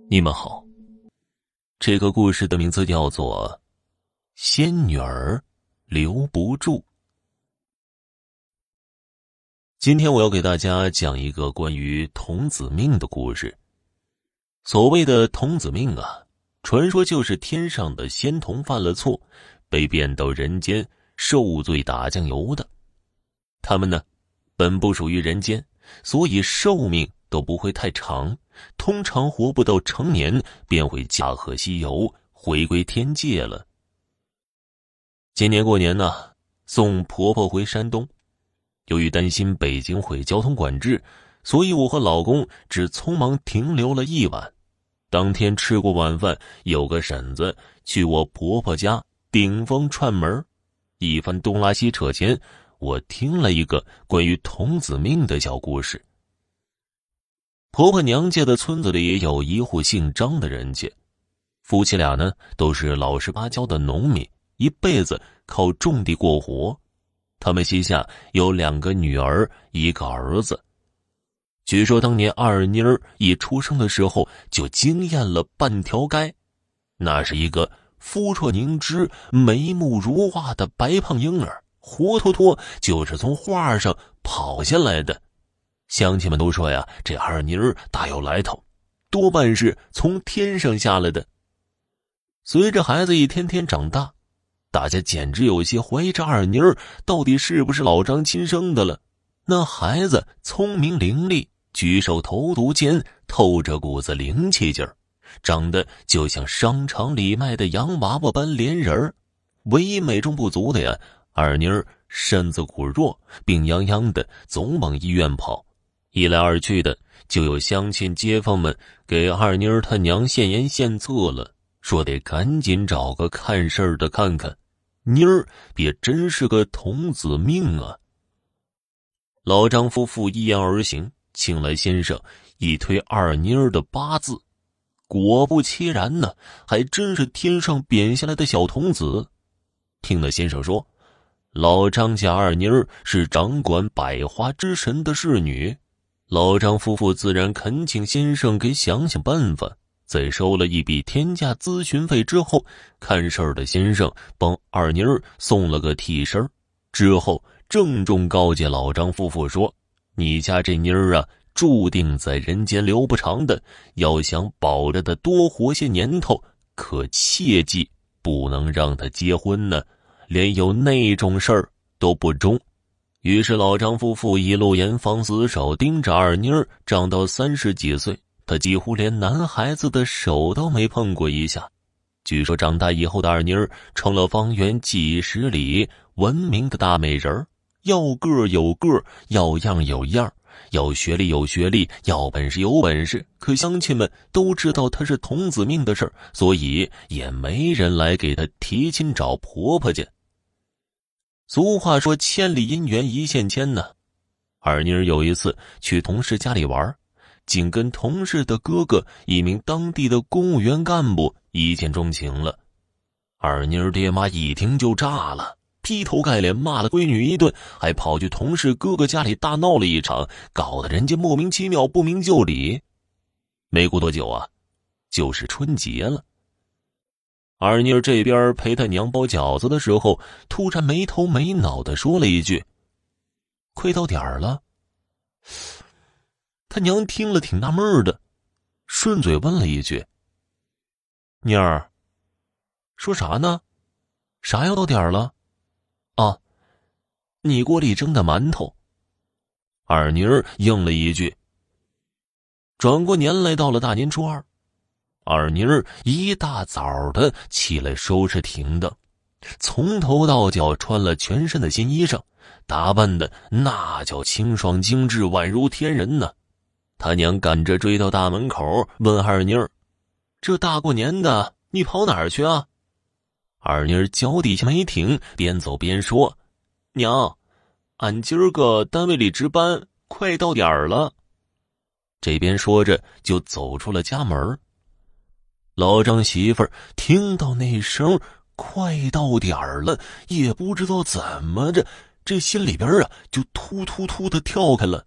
你们好，这个故事的名字叫做《仙女儿留不住》。今天我要给大家讲一个关于童子命的故事。所谓的童子命啊，传说就是天上的仙童犯了错，被变到人间受罪打酱油的。他们呢，本不属于人间，所以寿命都不会太长，通常活不到成年便会驾鹤西游，回归天界了。今年过年呢，送婆婆回山东，由于担心北京会交通管制，所以我和老公只匆忙停留了一晚。当天吃过晚饭，有个婶子去我婆婆家顶风串门，一番东拉西扯间，我听了一个关于童子命的小故事。婆婆娘家的村子里也有一户姓张的人家，夫妻俩呢都是老实巴交的农民，一辈子靠种地过活。他们膝下有2个女儿1个儿子。据说当年二妮儿一出生的时候就惊艳了半条街，那是一个肤若凝脂、眉目如画的白胖婴儿，活脱脱就是从画上跑下来的。乡亲们都说呀，这二妮儿大有来头，多半是从天上下来的。随着孩子一天天长大，大家简直有些怀疑这二妮儿到底是不是老张亲生的了。那孩子聪明伶俐，举手投足间透着股子灵气劲儿，长得就像商场里卖的洋娃娃般连人。唯一美中不足的呀，二妮儿身子骨弱，病殃殃的，总往医院跑。一来二去的，就有乡亲街坊们给二妮儿她娘献言献策了，说得赶紧找个看事儿的看看，妮儿别真是个童子命啊。老张夫妇依言而行，请来先生一推二妮儿的八字，果不其然呢，还真是天上贬下来的小童子。听了先生说，老张家二妮儿是掌管百花之神的侍女，老张夫妇自然恳请先生给想想办法。在收了一笔天价咨询费之后，看事儿的先生帮二妮儿送了个替身，之后郑重告诫老张夫妇说，你家这妮儿啊，注定在人间留不长的，要想保着她多活些年头，可切记不能让她结婚呢，连有那种事儿都不中。于是老张夫妇一路严防死守，盯着二妮儿长到30几岁，她几乎连男孩子的手都没碰过一下。据说长大以后的二妮儿成了方圆几十里闻名的大美人，要个有个，要样有样，要学历有学历，要本事有本事。可乡亲们都知道她是童子命的事儿，所以也没人来给她提亲找婆婆去。俗话说千里姻缘一线牵呢。二妮儿有一次去同事家里玩，竟跟同事的哥哥一名当地的公务员干部一见钟情了。二妮儿爹妈一听就炸了，劈头盖脸骂了闺女一顿，还跑去同事哥哥家里大闹了一场，搞得人家莫名其妙不明就里。没过多久啊，就是春节了。二妮儿这边陪她娘包饺子的时候，突然没头没脑地说了一句，快到点儿了。她娘听了挺纳闷的，顺嘴问了一句，妮儿说啥呢？啥要到点儿了？啊，你锅里蒸的馒头。二妮儿应了一句。转过年来到了大年初2，二妮儿一大早的起来收拾停当，从头到脚穿了全身的新衣裳，打扮的那叫清爽精致，宛如天人呢。他娘赶着追到大门口，问二妮儿，这大过年的你跑哪儿去啊？二妮儿脚底下没停，边走边说，娘，俺今儿个单位里值班，快到点儿了。这边说着就走出了家门。老张媳妇儿听到那声快到点儿了，也不知道怎么着，这心里边啊就突突突的跳开了，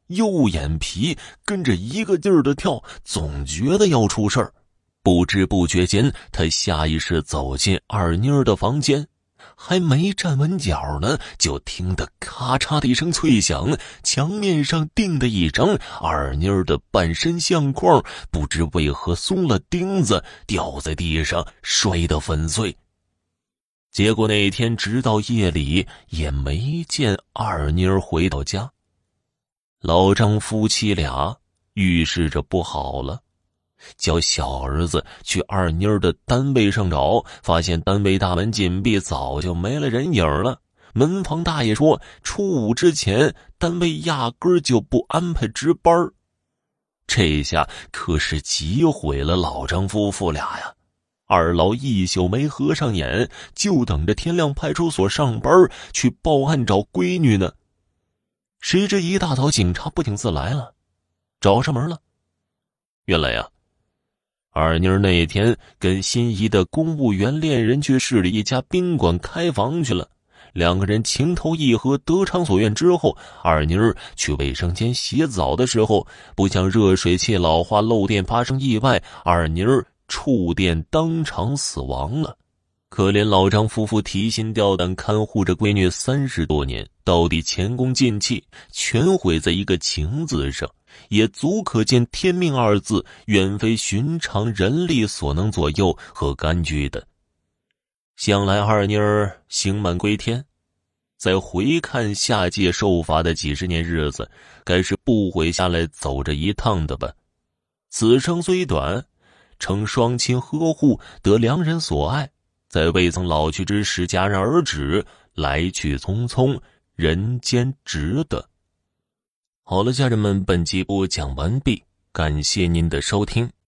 右眼皮跟着一个劲儿的跳，总觉得要出事儿。不知不觉间，他下意识走进二妮的房间，还没站稳脚呢，就听得咔嚓的一声脆响，墙面上钉的一张二妮的半身相框，不知为何松了钉子，掉在地上，摔得粉碎。结果那天直到夜里也没见二妮回到家。老张夫妻俩预示着不好了，叫小儿子去二妮的单位上找，发现单位大门紧闭，早就没了人影了。门房大爷说，初五之前单位压根儿就不安排值班。这下可是急毁了老张夫妇俩呀！二老一宿没合上眼，就等着天亮派出所上班去报案找闺女呢。谁知一大早警察不请自来了，找上门了。原来呀，二妮那天跟心仪的公务员恋人去市里一家宾馆开房去了，两个人情投意合，得偿所愿之后，二妮去卫生间洗澡的时候，不想热水器老化漏电发生意外，二妮触电当场死亡了。可怜老张夫妇提心吊胆看护着闺女30多年，到底前功尽弃，全毁在一个情字上，也足可见天命二字远非寻常人力所能左右和干预的。想来二妮刑满归天，再回看下界受罚的几十年日子，该是不悔下来走这一趟的吧。此生虽短，承双亲呵护，得良人所爱，在未曾老去之时戛然而止，来去匆匆，人间值得。好了，家人们，本集播讲完毕，感谢您的收听。